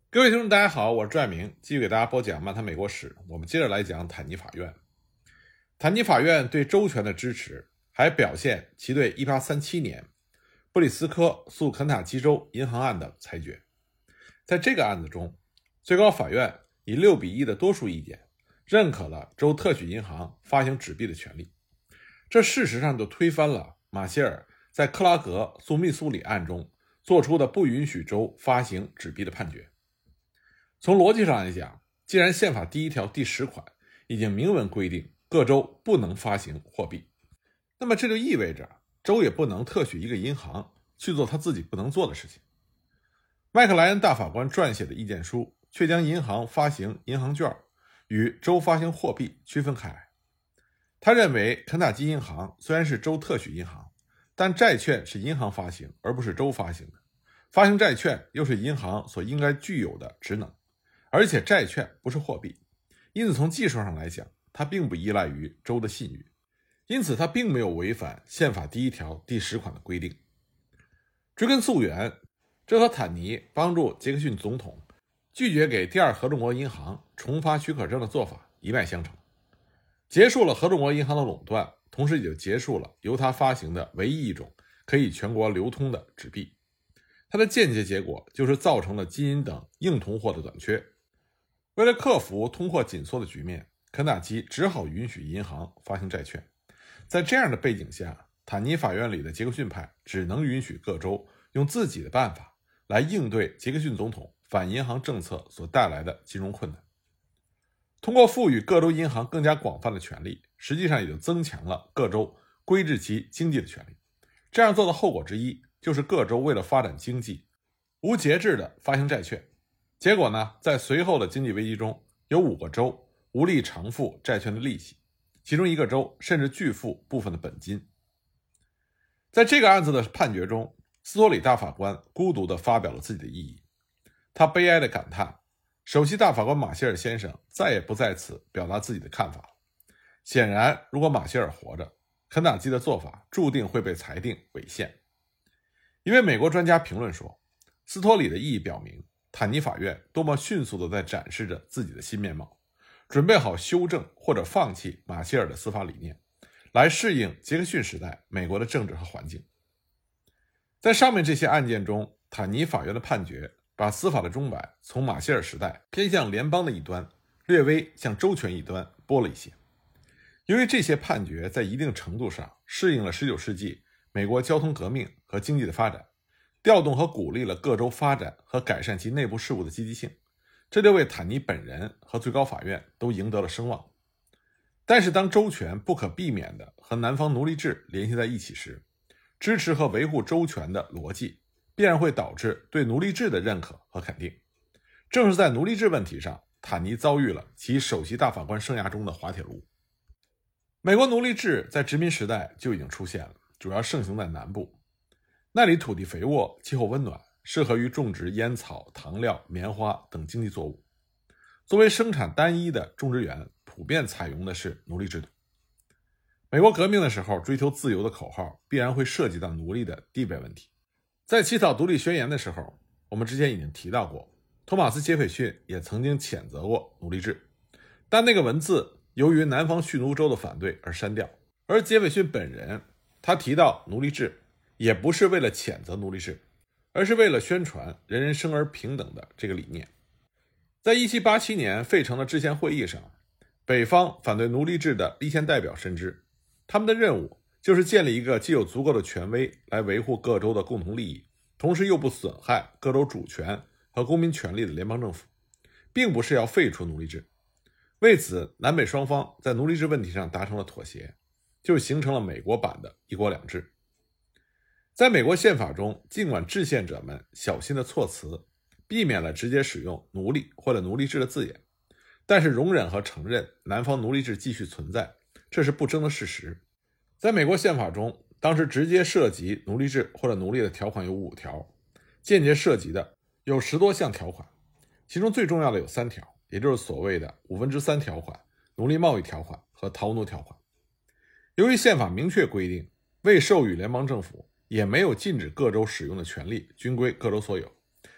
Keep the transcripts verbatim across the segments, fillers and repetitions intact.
各位听众，大家好，我是朱爱明，继续给大家播讲漫谈美国史。我们接着来讲坦尼法院。坦尼法院对州权的支持，还表现其对一八三七年布里斯科诉肯塔基州银行案的裁决。在这个案子中，最高法院以六比一的多数意见认可了州特许银行发行纸币的权利。这事实上就推翻了马歇尔在克拉格诉密苏里案中做出的不允许州发行纸币的判决。从逻辑上来讲，既然宪法第一条第十款已经明文规定各州不能发行货币，那么这就意味着州也不能特许一个银行去做他自己不能做的事情。麦克莱恩大法官撰写的意见书却将银行发行银行券与州发行货币区分开来。他认为肯塔基银行虽然是州特许银行，但债券是银行发行而不是州发行的，发行债券又是银行所应该具有的职能，而且债券不是货币，因此从技术上来讲，它并不依赖于州的信誉，因此它并没有违反宪法第一条第十款的规定。追根溯源，这和坦尼帮助杰克逊总统拒绝给第二合众国银行重发许可证的做法一脉相承，结束了合众国银行的垄断，同时也就结束了由它发行的唯一一种可以全国流通的纸币。它的间接结果就是造成了金银等硬通货的短缺。为了克服通货紧缩的局面，肯塔基只好允许银行发行债券。在这样的背景下，坦尼法院里的杰克逊派只能允许各州用自己的办法来应对杰克逊总统反银行政策所带来的金融困难。通过赋予各州银行更加广泛的权利，实际上也就增强了各州规制其经济的权利。这样做的后果之一就是各州为了发展经济，无节制地发行债券。结果呢，在随后的经济危机中，有五个州无力偿付债券的利息，其中一个州甚至拒付部分的本金。在这个案子的判决中，斯托里大法官孤独地发表了自己的异议。他悲哀地感叹，首席大法官马歇尔先生再也不在此表达自己的看法了。显然，如果马歇尔活着，肯塔基的做法注定会被裁定违宪。一位美国专家评论说，斯托里的异议表明坦尼法院多么迅速地在展示着自己的新面貌，准备好修正或者放弃马歇尔的司法理念，来适应杰克逊时代美国的政治和环境。在上面这些案件中，坦尼法院的判决把司法的钟摆从马歇尔时代偏向联邦的一端，略微向州权一端拨了一些。由于这些判决在一定程度上适应了十九世纪美国交通革命和经济的发展，调动和鼓励了各州发展和改善其内部事务的积极性，这就为坦尼本人和最高法院都赢得了声望。但是当州权不可避免地和南方奴隶制联系在一起时，支持和维护州权的逻辑必然会导致对奴隶制的认可和肯定。正是在奴隶制问题上，坦尼遭遇了其首席大法官生涯中的滑铁卢。美国奴隶制在殖民时代就已经出现了，主要盛行在南部，那里土地肥沃，气候温暖，适合于种植烟草、糖料、棉花等经济作物。作为生产单一的种植园，普遍采用的是奴隶制度。美国革命的时候，追求自由的口号必然会涉及到奴隶的地位问题。在起草独立宣言的时候，我们之前已经提到过，托马斯·杰斐逊也曾经谴责过奴隶制，但那个文字由于南方蓄奴州的反对而删掉。而杰斐逊本人，他提到奴隶制也不是为了谴责奴隶制，而是为了宣传人人生而平等的这个理念。在一七八七年费城的制宪会议上，北方反对奴隶制的立宪代表深知，他们的任务就是建立一个既有足够的权威来维护各州的共同利益，同时又不损害各州主权和公民权利的联邦政府，并不是要废除奴隶制。为此，南北双方在奴隶制问题上达成了妥协，就形成了美国版的一国两制。在美国宪法中，尽管制宪者们小心的措辞，避免了直接使用奴隶或者奴隶制的字眼，但是容忍和承认南方奴隶制继续存在，这是不争的事实。在美国宪法中，当时直接涉及奴隶制或者奴隶的条款有五条，间接涉及的有十多项条款，其中最重要的有三条，也就是所谓的五分之三条款、奴隶贸易条款和逃奴条款。由于宪法明确规定，未授予联邦政府也没有禁止各州使用的权利，均归各州所有，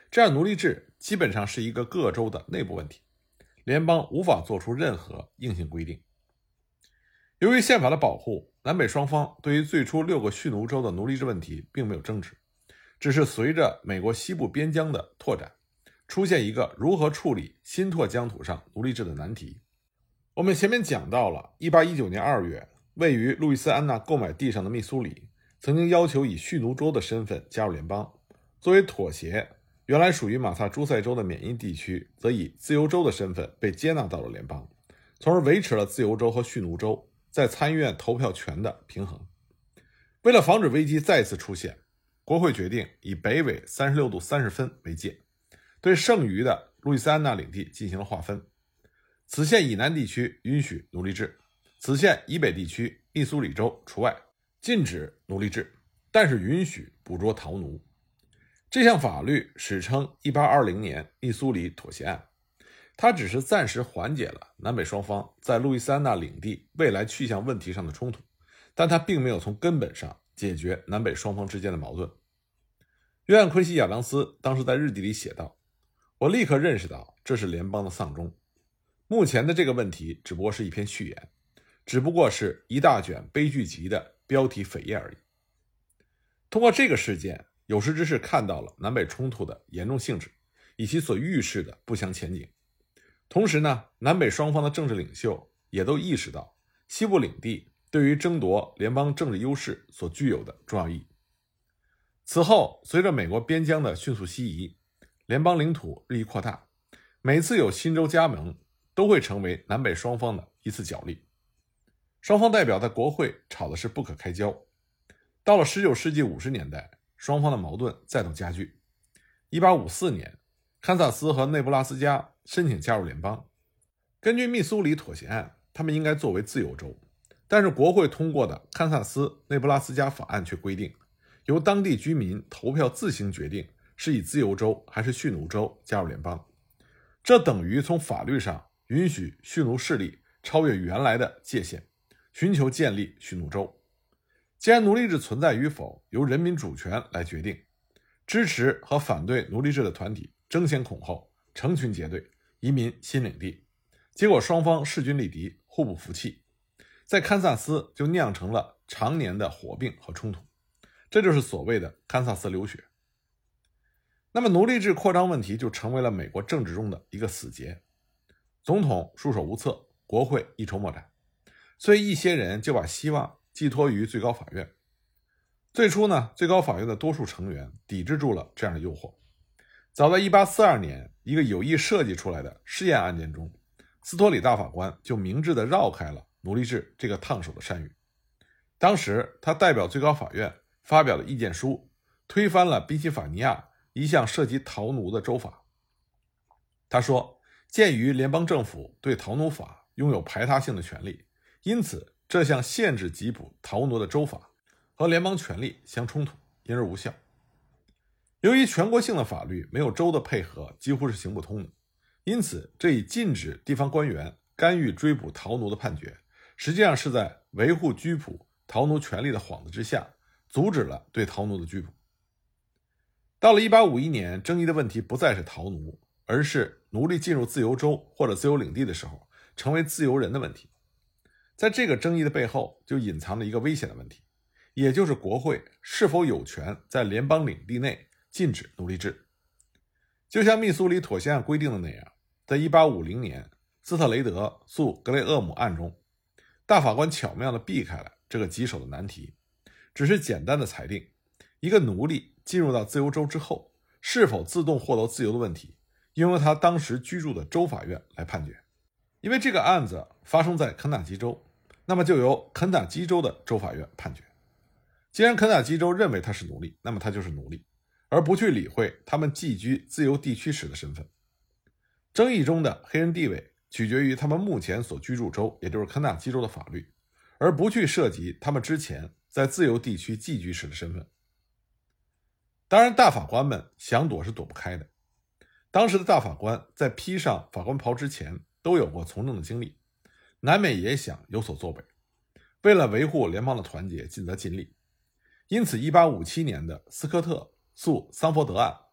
这样奴隶制基本上是一个各州的内部问题，联邦无法做出任何硬性规定。由于宪法的保护，南北双方对于最初六个蓄奴州的奴隶制问题并没有争执，只是随着美国西部边疆的拓展，出现一个如何处理新拓疆土上奴隶制的难题。我们前面讲到了一八一九年二月，位于路易斯安那购买地上的密苏里曾经要求以蓄奴州的身份加入联邦，作为妥协，原来属于马萨诸塞州的缅因地区则以自由州的身份被接纳到了联邦，从而维持了自由州和蓄奴州在参议院投票权的平衡。为了防止危机再次出现，国会决定以北纬三十六度三十分为界，对剩余的路易斯安那领地进行了划分。此线以南地区允许奴隶制，此线以北地区密苏里州除外，禁止奴隶制，但是允许捕捉逃奴。这项法律史称一八二零年密苏里妥协案，它只是暂时缓解了南北双方在路易斯安那领地未来去向问题上的冲突，但它并没有从根本上解决南北双方之间的矛盾。约翰·昆西亚当斯当时在日记里写道，我立刻认识到这是联邦的丧钟，目前的这个问题只不过是一篇序言，只不过是一大卷悲剧集的标题扉页而已。通过这个事件，有识之士看到了南北冲突的严重性质以及所预示的不祥前景。同时呢，南北双方的政治领袖也都意识到西部领地对于争夺联邦政治优势所具有的重要意义。此后，随着美国边疆的迅速西移，联邦领土日益扩大，每次有新州加盟都会成为南北双方的一次角力。双方代表在国会吵的是不可开交。到了十九世纪五十年代，双方的矛盾再度加剧。一八五四年，堪萨斯和内布拉斯加申请加入联邦。根据密苏里妥协案，他们应该作为自由州，但是国会通过的堪萨斯内布拉斯加法案却规定，由当地居民投票自行决定是以自由州还是蓄奴州加入联邦。这等于从法律上允许蓄奴势力超越原来的界限，寻求建立蓄奴州。既然奴隶制存在与否由人民主权来决定，支持和反对奴隶制的团体争先恐后，成群结队移民新领地，结果双方势均力敌，互不服气，在堪萨斯就酿成了常年的火并和冲突，这就是所谓的堪萨斯流血。那么奴隶制扩张问题就成为了美国政治中的一个死结，总统束手无策，国会一筹莫展，所以一些人就把希望寄托于最高法院。最初呢，最高法院的多数成员抵制住了这样的诱惑。早在一八四二年一个有意设计出来的试验案件中，斯托里大法官就明智地绕开了奴隶制这个烫手的山芋。当时他代表最高法院发表的意见书，推翻了宾夕法尼亚一项涉及逃奴的州法。他说，鉴于联邦政府对逃奴法拥有排他性的权利，因此这项限制缉捕逃奴的州法和联邦权力相冲突，因而无效。由于全国性的法律没有州的配合几乎是行不通的，因此这一禁止地方官员干预追捕逃奴的判决，实际上是在维护拘捕逃奴权利的幌子之下，阻止了对逃奴的拘捕。到了一八五一年，争议的问题不再是逃奴，而是奴隶进入自由州或者自由领地的时候成为自由人的问题。在这个争议的背后就隐藏着一个危险的问题，也就是国会是否有权在联邦领地内禁止奴隶制。就像密苏里妥协案规定的那样，在一八五零年斯特雷德诉格雷厄姆案中，大法官巧妙地避开了这个棘手的难题，只是简单的裁定一个奴隶进入到自由州之后是否自动获得自由的问题，应由他当时居住的州法院来判决。因为这个案子发生在肯塔基州，那么就由肯塔基州的州法院判决。既然肯塔基州认为他是奴隶，那么他就是奴隶，而不去理会他们寄居自由地区时的身份。争议中的黑人地位取决于他们目前所居住州，也就是肯塔基州的法律，而不去涉及他们之前在自由地区寄居时的身份。当然，大法官们想躲是躲不开的。当时的大法官在披上法官袍之前都有过从政的经历，难免也想有所作为，为了维护联邦的团结尽责尽力。因此一八五七年的斯科特诉桑佛德案，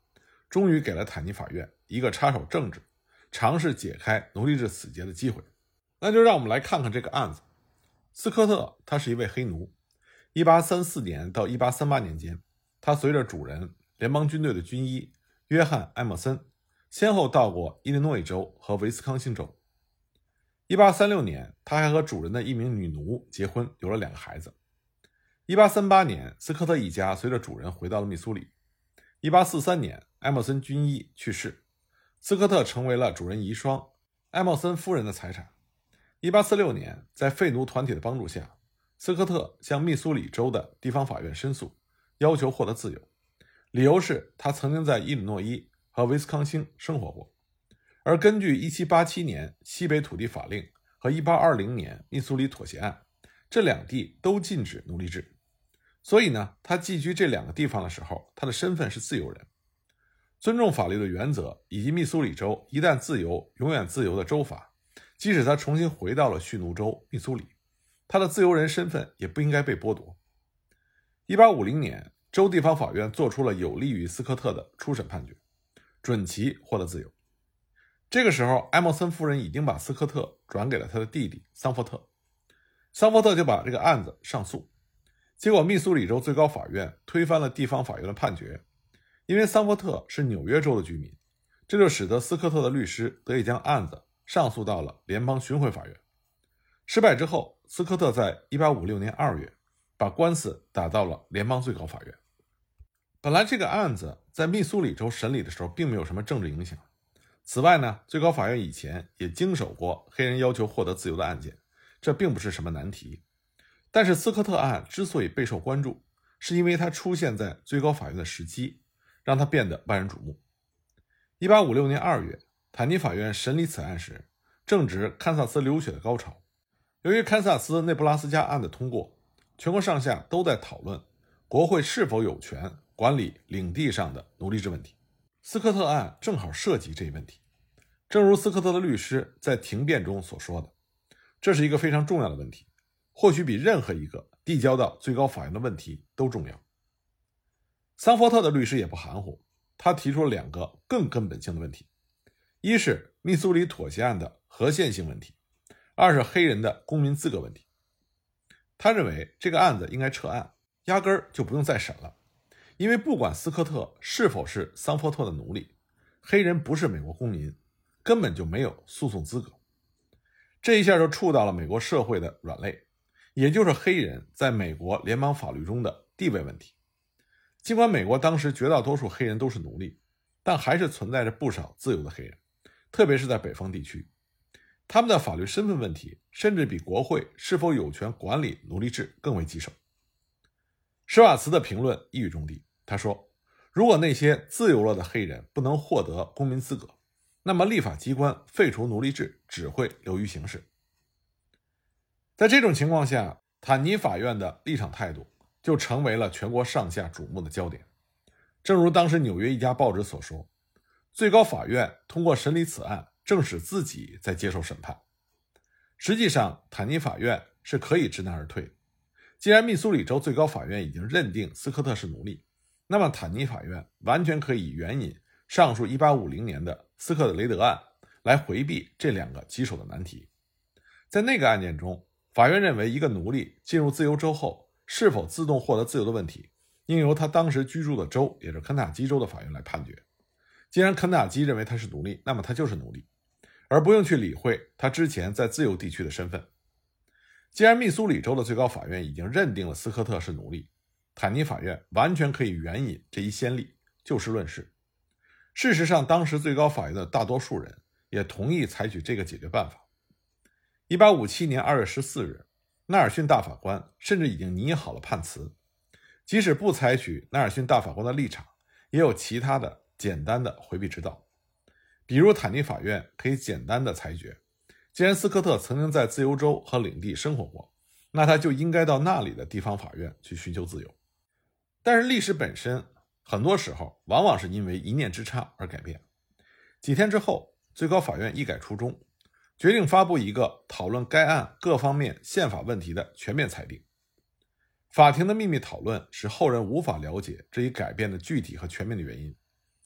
终于给了坦尼法院一个插手政治、尝试解开奴隶制死结的机会。那就让我们来看看这个案子。斯科特他是一位黑奴，一八三四年到一八三八年间，他随着主人联邦军队的军医约翰·埃默森先后到过伊利诺伊州和威斯康星州。一八三六年，他还和主人的一名女奴结婚，有了两个孩子。一八三八年，斯科特一家随着主人回到了密苏里。一八四三年，埃默森军医去世，斯科特成为了主人遗孀埃默森夫人的财产。一八四六年，在废奴团体的帮助下，斯科特向密苏里州的地方法院申诉，要求获得自由，理由是他曾经在伊利诺伊和威斯康星生活过。而根据一七八七年西北土地法令和一八二零年密苏里妥协案，这两地都禁止奴隶制，所以呢，他寄居这两个地方的时候，他的身份是自由人。尊重法律的原则以及密苏里州一旦自由永远自由的州法，即使他重新回到了蓄奴州密苏里，他的自由人身份也不应该被剥夺。一八五零年，州地方法院做出了有利于斯科特的初审判决，准其获得自由。这个时候，埃默森夫人已经把斯科特转给了他的弟弟桑佛特，桑佛特就把这个案子上诉，结果密苏里州最高法院推翻了地方法院的判决。因为桑佛特是纽约州的居民，这就使得斯科特的律师得以将案子上诉到了联邦巡回法院。失败之后，斯科特在一八五六年二月把官司打到了联邦最高法院。本来这个案子在密苏里州审理的时候并没有什么政治影响。此外呢，最高法院以前也经手过黑人要求获得自由的案件，这并不是什么难题。但是斯科特案之所以备受关注，是因为它出现在最高法院的时机，让它变得万人瞩目。一八五六年二月，坦尼法院审理此案时，正值堪萨斯流血的高潮。由于堪萨斯内布拉斯加案的通过，全国上下都在讨论国会是否有权管理领地上的奴隶制问题。斯科特案正好涉及这一问题。正如斯科特的律师在庭辩中所说的，这是一个非常重要的问题，或许比任何一个递交到最高法院的问题都重要。桑佛特的律师也不含糊，他提出了两个更根本性的问题，一是密苏里妥协案的合宪性问题，二是黑人的公民资格问题。他认为这个案子应该撤案，压根儿就不用再审了，因为不管斯科特是否是桑佛特的奴隶，黑人不是美国公民，根本就没有诉讼资格。这一下就触到了美国社会的软肋，也就是黑人在美国联邦法律中的地位问题。尽管美国当时绝大多数黑人都是奴隶，但还是存在着不少自由的黑人，特别是在北方地区。他们的法律身份问题甚至比国会是否有权管理奴隶制更为棘手。施瓦茨的评论一语中的，他说，如果那些自由了的黑人不能获得公民资格，那么立法机关废除奴隶制只会流于形式。在这种情况下，坦尼法院的立场态度就成为了全国上下瞩目的焦点。正如当时纽约一家报纸所说，最高法院通过审理此案，正使自己在接受审判。实际上，坦尼法院是可以知难而退。既然密苏里州最高法院已经认定斯科特是奴隶，那么坦尼法院完全可以援引上述一八五零年的斯科特雷德案来回避这两个棘手的难题。在那个案件中，法院认为一个奴隶进入自由州后是否自动获得自由的问题，应由他当时居住的州，也就是肯塔基州的法院来判决。既然肯塔基认为他是奴隶，那么他就是奴隶，而不用去理会他之前在自由地区的身份。既然密苏里州的最高法院已经认定了斯科特是奴隶，坦尼法院完全可以援引这一先例，就事论事。事实上，当时最高法院的大多数人也同意采取这个解决办法。一八五七年二月十四日，纳尔逊大法官甚至已经拟好了判词，即使不采取纳尔逊大法官的立场，也有其他的简单的回避之道。比如坦尼法院可以简单的裁决，既然斯科特曾经在自由州和领地生活过，那他就应该到那里的地方法院去寻求自由。但是历史本身很多时候往往是因为一念之差而改变。几天之后，最高法院一改初衷，决定发布一个讨论该案各方面宪法问题的全面裁定。法庭的秘密讨论使后人无法了解这一改变的具体和全面的原因。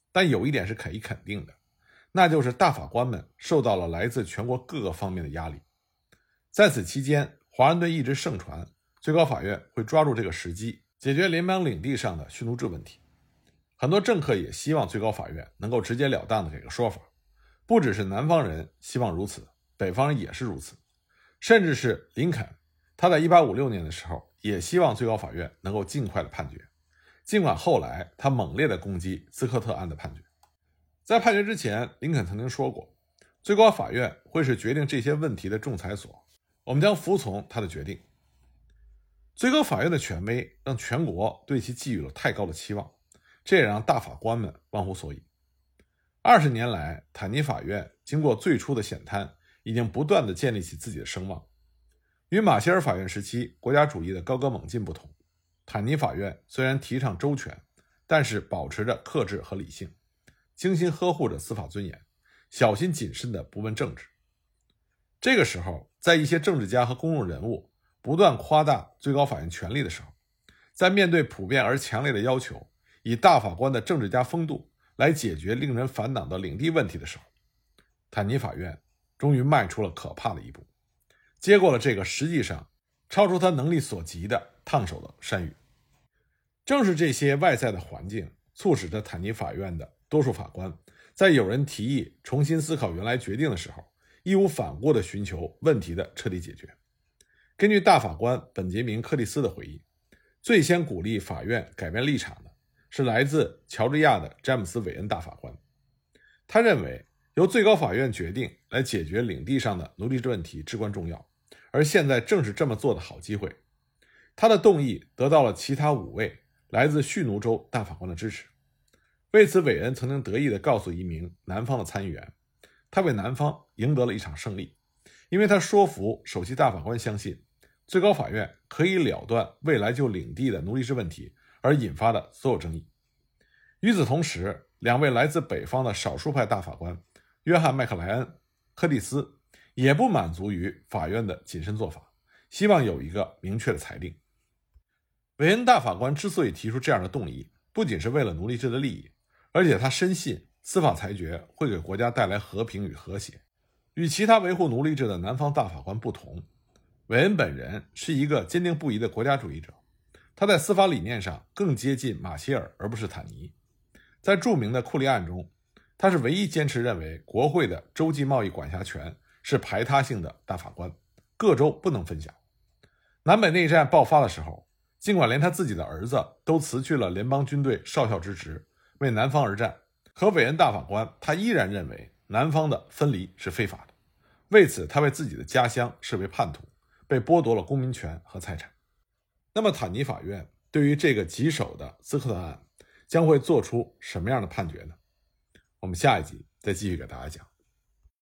但有一点是可以肯定的，那就是大法官们受到了来自全国各个方面的压力。在此期间，华盛顿一直盛传最高法院会抓住这个时机解决联邦领地上的蓄奴制问题。很多政客也希望最高法院能够直截了当的给个说法，不只是南方人希望如此，北方人也是如此，甚至是林肯，他在一八五六年的时候也希望最高法院能够尽快的判决，尽管后来他猛烈的攻击斯科特案的判决。在判决之前，林肯曾经说过，最高法院会是决定这些问题的仲裁所，我们将服从他的决定。最高法院的权威让全国对其寄予了太高的期望，这也让大法官们忘乎所以。二十年来，坦尼法院经过最初的险滩，已经不断地建立起自己的声望。与马歇尔法院时期国家主义的高歌猛进不同，坦尼法院虽然提倡周全，但是保持着克制和理性，精心呵护着司法尊严，小心谨慎地不问政治。这个时候，在一些政治家和公众人物不断夸大最高法院权力的时候，在面对普遍而强烈的要求，以大法官的政治家风度来解决令人烦恼的领地问题的时候，坦尼法院终于迈出了可怕的一步，接过了这个实际上超出他能力所及的烫手的山芋。正是这些外在的环境促使着坦尼法院的多数法官在有人提议重新思考原来决定的时候，义无反顾地寻求问题的彻底解决。根据大法官本杰明·柯蒂斯的回忆，最先鼓励法院改变立场的是来自乔治亚的詹姆斯·韦恩大法官。他认为由最高法院决定来解决领地上的奴隶制问题至关重要，而现在正是这么做的好机会。他的动议得到了其他五位来自蓄奴州大法官的支持。为此，韦恩曾经得意地告诉一名南方的参议员，他为南方赢得了一场胜利，因为他说服首席大法官相信最高法院可以了断未来就领地的奴隶制问题而引发的所有争议。与此同时，两位来自北方的少数派大法官约翰·麦克莱恩、柯蒂斯也不满足于法院的谨慎做法，希望有一个明确的裁定。韦恩大法官之所以提出这样的动议，不仅是为了奴隶制的利益，而且他深信司法裁决会给国家带来和平与和谐。与其他维护奴隶制的南方大法官不同，韦恩本人是一个坚定不移的国家主义者，他在司法理念上更接近马歇尔而不是坦尼。在著名的库利案中，他是唯一坚持认为国会的州际贸易管辖权是排他性的大法官，各州不能分享。南北内战爆发的时候，尽管连他自己的儿子都辞去了联邦军队少校之职，为南方而战，可韦恩大法官他依然认为南方的分离是非法的，为此他为自己的家乡视为叛徒，被剥夺了公民权和财产。那么坦尼法院对于这个棘手的斯科特案将会做出什么样的判决呢？我们下一集再继续给大家讲。